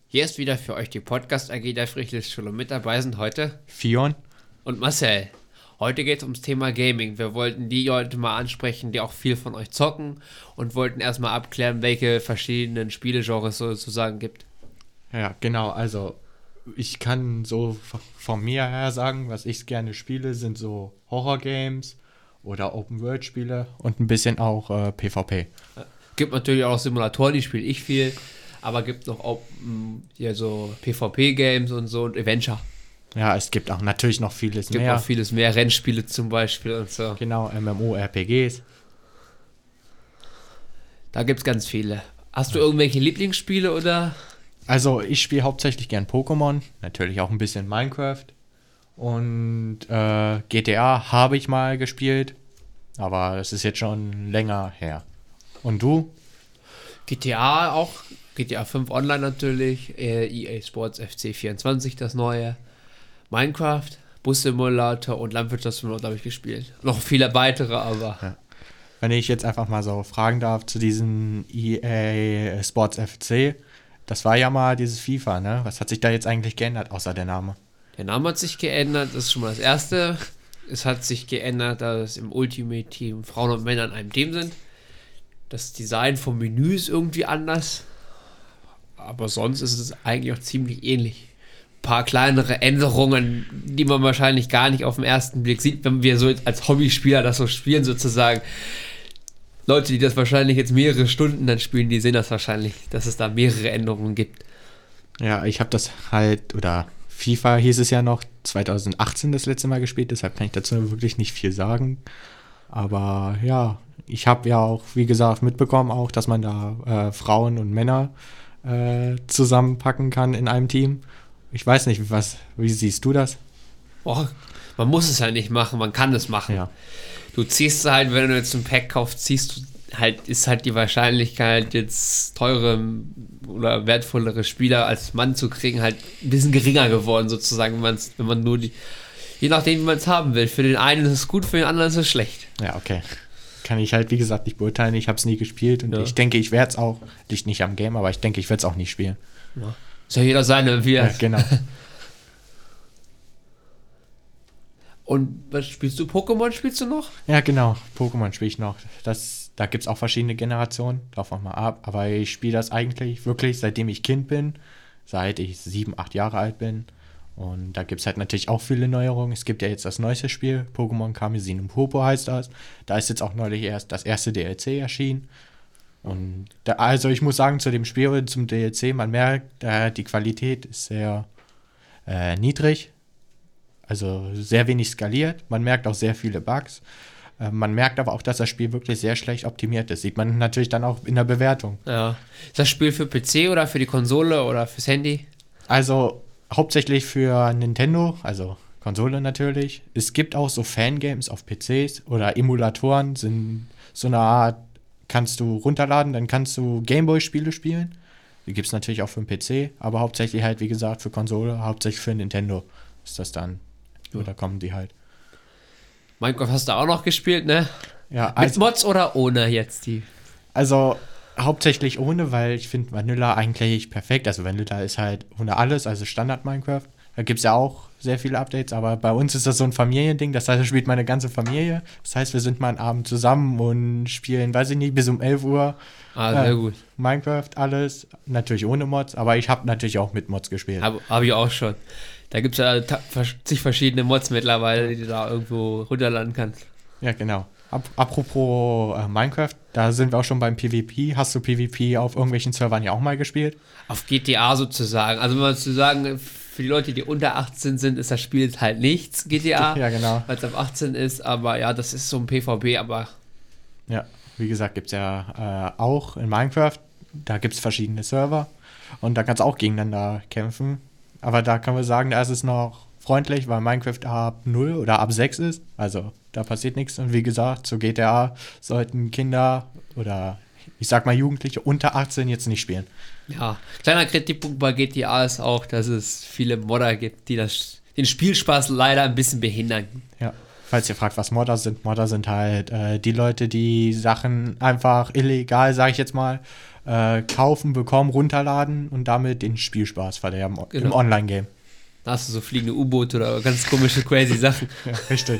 Hier ist wieder für euch die Podcast AG der Friedrichsschule. Mit dabei sind heute Fion und Marcel. Heute geht es ums Thema Gaming. Wir wollten die Leute mal ansprechen, die auch viel von euch zocken und wollten erstmal abklären, welche verschiedenen Spielegenres es sozusagen gibt. Ja, genau. Also ich kann so von mir her sagen, was ich gerne spiele, sind so Horror-Games oder Open-World-Spiele und ein bisschen auch PvP. Gibt natürlich auch Simulatoren, die spiele ich viel, aber gibt noch auch hier so PvP-Games und so und Adventure. Ja, es gibt auch natürlich noch vieles Gibt mehr. auch vieles mehr, Rennspiele zum Beispiel und so. Genau, MMORPGs. Da gibt es ganz viele. Hast du irgendwelche Lieblingsspiele oder? Also ich spiele hauptsächlich gern Pokémon, natürlich auch ein bisschen Minecraft und GTA habe ich mal gespielt, aber das ist jetzt schon länger her. Und du? GTA auch, GTA 5 Online natürlich, EA Sports FC 24 das neue, Minecraft, Bus-Simulator und Landwirtschaftssimulator habe ich gespielt. Noch viele weitere, aber... Ja. Wenn ich jetzt einfach mal so fragen darf zu diesem EA Sports FC, das war ja mal dieses FIFA, ne? Was hat sich da jetzt eigentlich geändert, außer der Name? Der Name hat sich geändert, das ist schon mal das Erste. Es hat sich geändert, dass im Ultimate Team Frauen und Männer in einem Team sind. Das Design vom Menü ist irgendwie anders, aber sonst ist es eigentlich auch ziemlich ähnlich. Ein paar kleinere Änderungen, die man wahrscheinlich gar nicht auf den ersten Blick sieht, wenn wir so als Hobbyspieler das so spielen sozusagen. Leute, die das wahrscheinlich jetzt mehrere Stunden dann spielen, die sehen das wahrscheinlich, dass es da mehrere Änderungen gibt. Ja, ich habe das halt, oder FIFA hieß es ja noch, 2018 das letzte Mal gespielt, deshalb kann ich dazu wirklich nicht viel sagen. Aber ja, ich habe ja auch, wie gesagt, mitbekommen auch, dass man da Frauen und Männer zusammenpacken kann in einem Team. Ich weiß nicht, wie siehst du das? Boah, man muss es ja nicht machen, man kann es machen. Ja. Du ziehst halt, wenn du jetzt ein Pack kaufst, ist halt die Wahrscheinlichkeit, jetzt teure oder wertvollere Spieler als Mann zu kriegen, halt ein bisschen geringer geworden, sozusagen, wenn man nur je nachdem, wie man es haben will. Für den einen ist es gut, für den anderen ist es schlecht. Ja, okay. Kann ich halt, wie gesagt, nicht beurteilen. Ich habe es nie gespielt und ich denke, ich werde es auch, liegt nicht am Game, aber ich denke, ich werde es auch nicht spielen. Ja. Soll jeder seine, wie er. Ja, genau. Und was spielst du? Pokémon spielst du noch? Ja, genau. Pokémon spiele ich noch. Da gibt es auch verschiedene Generationen, davon mal ab. Aber ich spiele das eigentlich wirklich, seitdem ich Kind bin, seit ich 7, 8 Jahre alt bin. Und da gibt es halt natürlich auch viele Neuerungen. Es gibt ja jetzt das neueste Spiel, Pokémon Karmesin und Purpur heißt das. Da ist jetzt auch neulich erst das erste DLC erschienen. Und also ich muss sagen, zu dem Spiel und zum DLC, man merkt, die Qualität ist sehr niedrig. Also sehr wenig skaliert. Man merkt auch sehr viele Bugs. Man merkt aber auch, dass das Spiel wirklich sehr schlecht optimiert ist. Sieht man natürlich dann auch in der Bewertung. Ja. Ist das Spiel für PC oder für die Konsole oder fürs Handy? Also hauptsächlich für Nintendo, also Konsole natürlich. Es gibt auch so Fangames auf PCs oder Emulatoren, sind so eine Art, kannst du runterladen, dann kannst du Gameboy-Spiele spielen. Die gibt es natürlich auch für den PC, aber hauptsächlich halt, wie gesagt, für Konsole, hauptsächlich für Nintendo ist das dann. Oder kommen die halt. Minecraft hast du auch noch gespielt, ne? Ja, Mit Mods oder ohne jetzt die? Also hauptsächlich ohne, weil ich finde Vanilla eigentlich perfekt. Also Vanilla ist halt ohne alles, also Standard Minecraft. Da gibt es ja auch sehr viele Updates, aber bei uns ist das so ein Familiending. Das heißt, da spielt meine ganze Familie. Das heißt, wir sind mal einen Abend zusammen und spielen, weiß ich nicht, bis um 11 Uhr. Sehr gut. Minecraft, alles. Natürlich ohne Mods, aber ich habe natürlich auch mit Mods gespielt. Hab ich auch schon. Da gibt es ja zig verschiedene Mods mittlerweile, die du da irgendwo runterladen kannst. Ja, genau. Apropos Minecraft, da sind wir auch schon beim PvP. Hast du PvP auf irgendwelchen Servern ja auch mal gespielt? Auf GTA sozusagen. Also wenn man zu sagen, für die Leute, die unter 18 sind, ist das Spiel jetzt halt nichts, GTA. Ja, genau. Weil es auf 18 ist, aber ja, das ist so ein PvP, aber... Ja, wie gesagt, gibt es ja auch in Minecraft. Da gibt es verschiedene Server und da kannst du auch gegeneinander kämpfen. Aber da können wir sagen, da ist es noch freundlich, weil Minecraft ab 0 oder ab 6 ist. Also da passiert nichts. Und wie gesagt, zu GTA sollten Kinder oder ich sag mal Jugendliche unter 18 jetzt nicht spielen. Ja, kleiner Kritikpunkt bei GTA ist auch, dass es viele Modder gibt, die den Spielspaß leider ein bisschen behindern. Ja. falls ihr fragt, was Modder sind halt die Leute, die Sachen einfach illegal, sage ich jetzt mal, kaufen, bekommen, runterladen und damit den Spielspaß verderben im Online-Game. Da hast du so fliegende U-Boote oder ganz komische, crazy Sachen. Ja, richtig.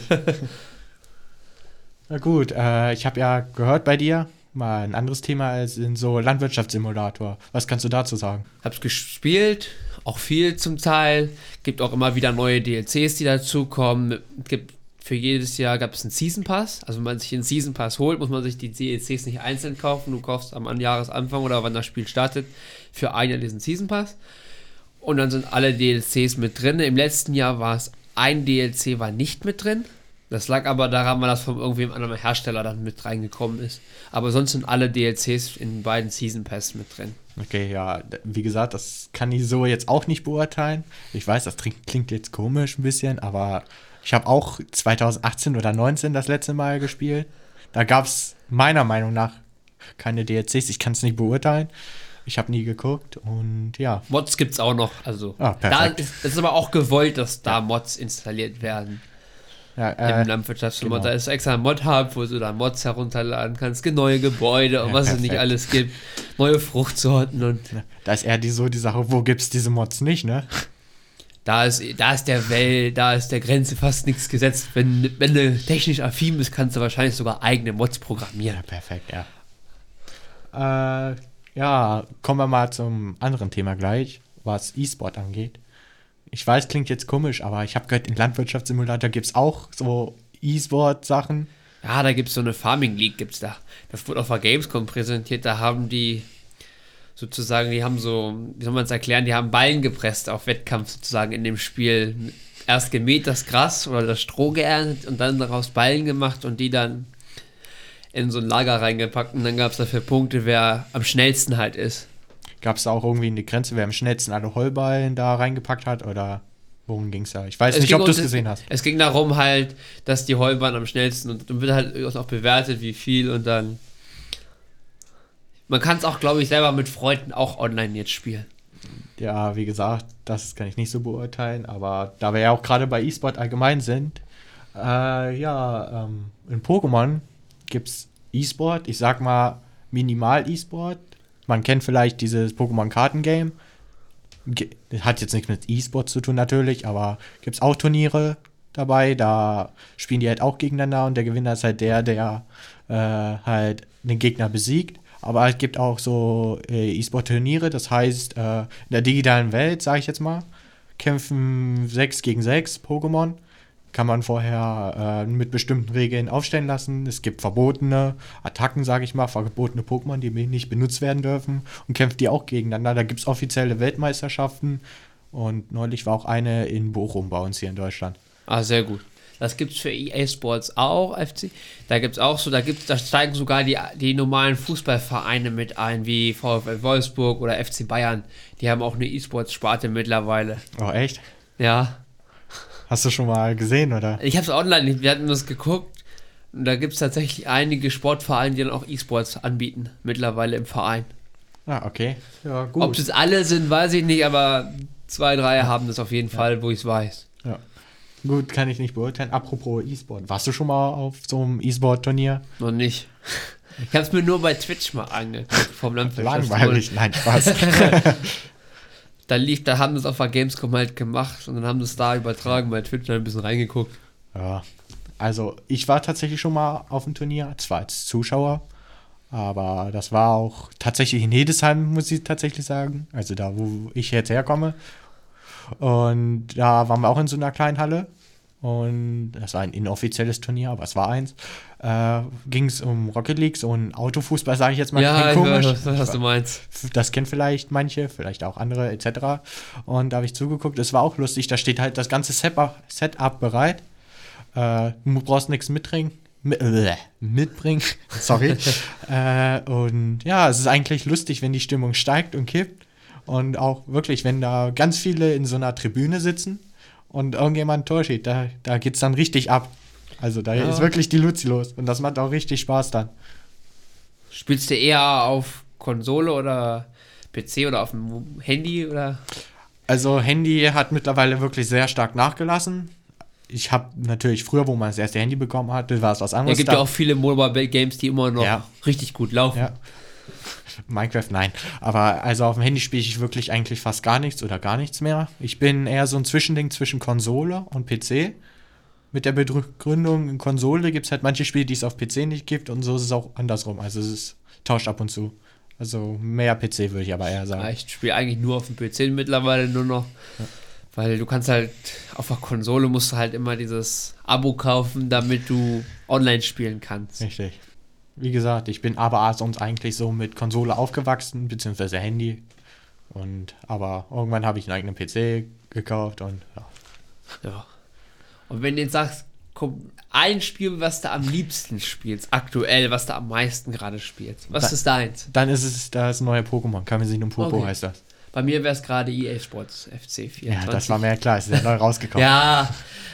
Na gut, ich habe ja gehört bei dir, mal ein anderes Thema als in so Landwirtschaftssimulator. Was kannst du dazu sagen? Hab's gespielt, auch viel zum Teil. Gibt auch immer wieder neue DLCs, die dazukommen. Für jedes Jahr gab es einen Season Pass. Also wenn man sich einen Season Pass holt, muss man sich die DLCs nicht einzeln kaufen. Du kaufst am Jahresanfang oder wann das Spiel startet für ein Jahr diesen Season Pass. Und dann sind alle DLCs mit drin. Im letzten Jahr war es ein DLC war nicht mit drin. Das lag aber daran, weil das von irgendwem anderen Hersteller dann mit reingekommen ist. Aber sonst sind alle DLCs in beiden Season Pass mit drin. Okay, ja, wie gesagt, das kann ich so jetzt auch nicht beurteilen. Ich weiß, das klingt jetzt komisch ein bisschen, aber ich habe auch 2018 oder 2019 das letzte Mal gespielt. Da gab es meiner Meinung nach keine DLCs. Ich kann es nicht beurteilen. Ich habe nie geguckt und ja. Mods gibt es auch noch. Also perfekt. Das ist aber auch gewollt, dass da Mods installiert werden. Ja, im Landwirtschaftssimulator. Genau. Da ist extra ein Mod-Hub, wo du dann Mods herunterladen kannst, neue Gebäude und was es nicht alles gibt, neue Fruchtsorten und. Da ist eher die Sache, wo gibt's diese Mods nicht, ne? Da ist der Grenze fast nichts gesetzt. Wenn du technisch affin bist, kannst du wahrscheinlich sogar eigene Mods programmieren. Ja, perfekt, ja. Ja, kommen wir mal zum anderen Thema gleich, was E-Sport angeht. Ich weiß, klingt jetzt komisch, aber ich habe gehört, in Landwirtschaftssimulator gibt es auch so E-Sport-Sachen. Ja, da gibt es so eine Farming League, gibt's da. Das wurde auf der Gamescom präsentiert, da haben die sozusagen, die haben so, wie soll man es erklären, die haben Ballen gepresst auf Wettkampf sozusagen in dem Spiel. Erst gemäht das Gras oder das Stroh geerntet und dann daraus Ballen gemacht und die dann in so ein Lager reingepackt und dann gab es dafür Punkte, wer am schnellsten halt ist. Gab es da auch irgendwie eine Grenze, wer am schnellsten alle Heuballen da reingepackt hat oder worum ging es da? Ich weiß nicht, ob du es gesehen hast. Es ging darum halt, dass die Heuballen am schnellsten und dann wird halt auch bewertet, wie viel und dann man kann es auch, glaube ich, selber mit Freunden auch online jetzt spielen. Ja, wie gesagt, das kann ich nicht so beurteilen, aber da wir ja auch gerade bei E-Sport allgemein sind, in Pokémon gibt es E-Sport, ich sag mal minimal E-Sport. Man kennt vielleicht dieses Pokémon-Karten-Game. Hat jetzt nichts mit E-Sport zu tun natürlich, aber gibt es auch Turniere dabei. Da spielen die halt auch gegeneinander und der Gewinner ist halt der halt den Gegner besiegt. Aber es gibt auch so E-Sport-Turniere, das heißt, in der digitalen Welt, sage ich jetzt mal, kämpfen 6 gegen 6 Pokémon. Kann man vorher mit bestimmten Regeln aufstellen lassen. Es gibt verbotene Attacken, sage ich mal, verbotene Pokémon, die nicht benutzt werden dürfen und kämpft die auch gegeneinander. Da gibt es offizielle Weltmeisterschaften und neulich war auch eine in Bochum bei uns hier in Deutschland. Ah, sehr gut. Das gibt es für EA Sports auch, FC. Da gibt es auch so, da steigen sogar die normalen Fußballvereine mit ein, wie VfL Wolfsburg oder FC Bayern. Die haben auch eine E-Sports-Sparte mittlerweile. Oh, echt? Ja. Hast du schon mal gesehen, oder? Ich habe es online, wir hatten das geguckt und da gibt es tatsächlich einige Sportvereine, die dann auch E-Sports anbieten, mittlerweile im Verein. Ah, okay. Ja, gut. Ob das alle sind, weiß ich nicht, aber 2, 3 haben das auf jeden Fall, wo ich es weiß. Ja. Gut, kann ich nicht beurteilen. Apropos E-Sport, warst du schon mal auf so einem E-Sport-Turnier? Noch nicht. Ich habe es mir nur bei Twitch mal angeguckt, vom Landwirtschaftssimulator. Langweilig, nein, Spaß. Da haben sie es auf der Gamescom halt gemacht und dann haben sie es da übertragen bei Twitch und ein bisschen reingeguckt. Ja, also ich war tatsächlich schon mal auf dem Turnier, zwar als Zuschauer, aber das war auch tatsächlich in Hildesheim, muss ich tatsächlich sagen, also da, wo ich jetzt herkomme. Und da waren wir auch in so einer kleinen Halle und das war ein inoffizielles Turnier, aber es war eins. Ging es um Rocket League, so ein Autofußball, sage ich jetzt mal. Ja, komisch. Ich weiß, was du meinst. Das kennen vielleicht manche, vielleicht auch andere etc. Und da habe ich zugeguckt, es war auch lustig, da steht halt das ganze Setup bereit. Du brauchst nichts mitbringen, sorry. Und ja, es ist eigentlich lustig, wenn die Stimmung steigt und kippt. Und auch wirklich, wenn da ganz viele in so einer Tribüne sitzen und irgendjemand ein Tor schießt, da geht es dann richtig ab. Also da ist wirklich die Luzi los und das macht auch richtig Spaß dann. Spielst du eher auf Konsole oder PC oder auf dem Handy oder? Also Handy hat mittlerweile wirklich sehr stark nachgelassen. ich habe natürlich früher, wo man das erste Handy bekommen hatte, war es was Ja, anderes. gibt ja auch viele Mobile Games, die immer noch Ja. richtig gut laufen. Ja. Minecraft, nein. Aber also auf dem Handy spiele ich wirklich eigentlich fast gar nichts oder gar nichts mehr. Ich bin eher so ein Zwischending zwischen Konsole und PC. Mit der Begründung, in Konsole gibt es halt manche Spiele, die es auf PC nicht gibt und so ist es auch andersrum. Also es tauscht ab und zu. Also mehr PC würde ich aber eher sagen. Ja, ich spiele eigentlich nur auf dem PC mittlerweile nur noch. Ja. Weil du kannst halt, auf der Konsole musst du halt immer dieses Abo kaufen, damit du online spielen kannst. Richtig. Wie gesagt, ich bin aber sonst eigentlich so mit Konsole aufgewachsen, beziehungsweise Handy. Aber irgendwann habe ich einen eigenen PC gekauft und ja. Ja. Und wenn du jetzt sagst, komm, ein Spiel, was du am liebsten spielst, aktuell, was du am meisten gerade spielst, was ist deins? Dann ist es das neue Pokémon. Kamesin Popo Okay. heißt das. Bei mir wäre es gerade EA Sports FC 24. Ja, das war mir ja klar. Es ist ja neu rausgekommen. Ja,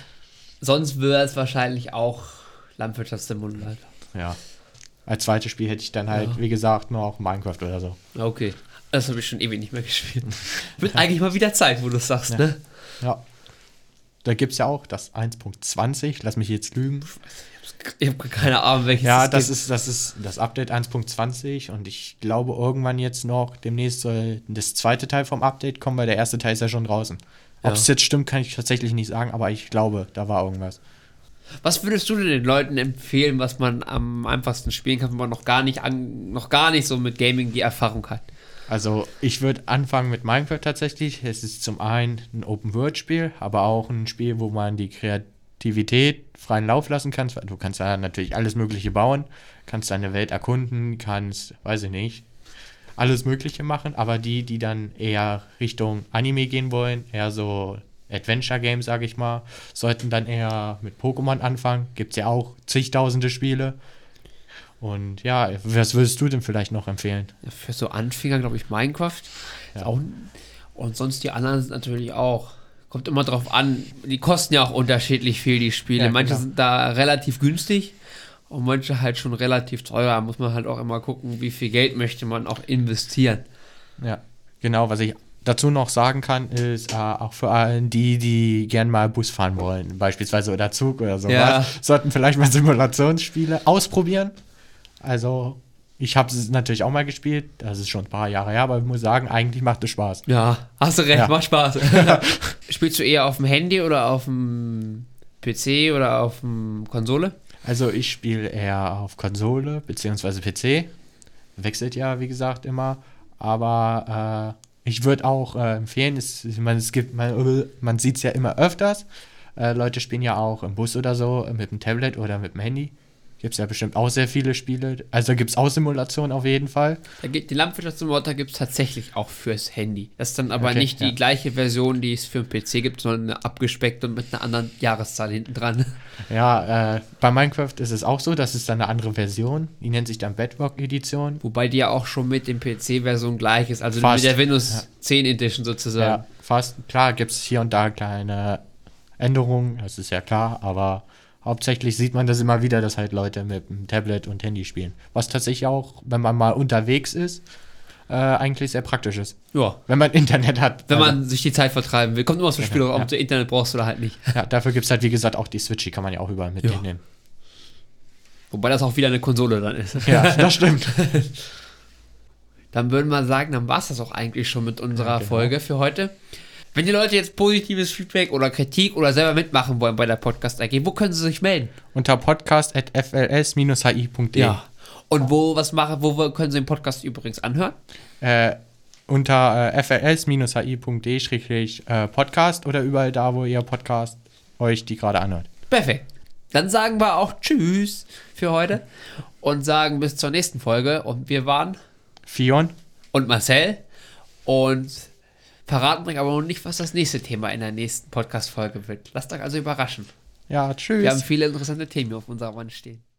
sonst wäre es wahrscheinlich auch Landwirtschaftssimulator. Ja. Als zweites Spiel hätte ich dann halt, Ja. wie gesagt, noch Minecraft oder so. Okay, das habe ich schon ewig nicht mehr gespielt. Wird eigentlich mal wieder Zeit, wo du es sagst, Ja. ne? Ja. Da gibt es ja auch das 1.20. Lass mich jetzt lügen. Ich habe keine Ahnung, welches Ja, es das gibt. ist das Update 1.20 und ich glaube irgendwann jetzt noch demnächst soll das zweite Teil vom Update kommen, weil der erste Teil ist ja schon draußen. Ob Ja. es jetzt stimmt, kann ich tatsächlich nicht sagen, aber ich glaube, da war irgendwas. Was würdest du denn den Leuten empfehlen, was man am einfachsten spielen kann, wenn man noch gar nicht so mit Gaming die Erfahrung hat? Also ich würde anfangen mit Minecraft tatsächlich. Es ist zum einen ein Open-World-Spiel, aber auch ein Spiel, wo man die Kreativität freien Lauf lassen kann. Du kannst da natürlich alles Mögliche bauen, kannst deine Welt erkunden, kannst, weiß ich nicht, alles Mögliche machen, aber die dann eher Richtung Anime gehen wollen, eher so Adventure-Games, sage ich mal, sollten dann eher mit Pokémon anfangen. Gibt es ja auch zigtausende Spiele. Und ja, was würdest du denn vielleicht noch empfehlen? Ja, für so Anfänger, glaube ich, Minecraft. Ja. Ist auch, und sonst die anderen sind natürlich auch. Kommt immer drauf an. Die kosten ja auch unterschiedlich viel, die Spiele. Ja, Manche genau. sind da relativ günstig und manche halt schon relativ teuer. Da muss man halt auch immer gucken, wie viel Geld möchte man auch investieren. Ja, genau, was ich dazu noch sagen kann, ist auch für allen die gern mal Bus fahren wollen, beispielsweise oder Zug oder sowas, Ja. sollten vielleicht mal Simulationsspiele ausprobieren. Also, ich habe es natürlich auch mal gespielt, das ist schon ein paar Jahre her, aber ich muss sagen, eigentlich macht es Spaß. Ja, hast du recht, Ja. macht Spaß. Spielst du eher auf dem Handy oder auf dem PC oder auf dem Konsole? Also, ich spiele eher auf Konsole beziehungsweise PC, wechselt ja, wie gesagt, immer, aber ich würde auch empfehlen, man sieht es ja immer öfters, Leute spielen ja auch im Bus oder so mit dem Tablet oder mit dem Handy. Gibt es ja bestimmt auch sehr viele Spiele. Also gibt es auch Simulationen auf jeden Fall. Die Landwirtschaftssimulator gibt es tatsächlich auch fürs Handy. Das ist dann aber Okay, nicht die ja. gleiche Version, die es für den PC gibt, sondern eine abgespeckte und mit einer anderen Jahreszahl hinten dran. Ja, bei Minecraft ist es auch so, das ist dann eine andere Version. Die nennt sich dann Bedrock Edition. Wobei die ja auch schon mit dem PC-Version gleich ist, also Fast. mit der Windows Ja. 10 Edition sozusagen. Ja, fast. Klar gibt es hier und da kleine Änderungen, das ist ja klar, aber hauptsächlich sieht man das immer wieder, dass halt Leute mit dem Tablet und Handy spielen. Was tatsächlich auch, wenn man mal unterwegs ist, eigentlich sehr praktisch ist. Ja. Wenn man Internet hat. Wenn Also, man sich die Zeit vertreiben will. Kommt immer aus dem Spiel, Genau, ob ja. du Internet brauchst oder halt nicht. ja, dafür gibt es halt, wie gesagt, auch die Switch, die kann man ja auch überall Ja. mitnehmen. Wobei das auch wieder eine Konsole dann ist. Ja, das stimmt. Dann würden wir sagen, dann war es das auch eigentlich schon mit unserer Ja, genau. Folge für heute. Wenn die Leute jetzt positives Feedback oder Kritik oder selber mitmachen wollen bei der Podcast AG, wo können sie sich melden? Unter podcast.fls-hi.de. Und wo können sie den Podcast übrigens anhören? Unter fls-hi.de-podcast oder überall da, wo ihr Podcast euch die gerade anhört. Perfekt. Dann sagen wir auch Tschüss für heute und sagen bis zur nächsten Folge. Und wir waren Fion. und Marcel und verraten euch aber noch nicht, was das nächste Thema in der nächsten Podcast-Folge wird. Lasst euch also überraschen. Ja, tschüss. Wir haben viele interessante Themen auf unserer Wand stehen.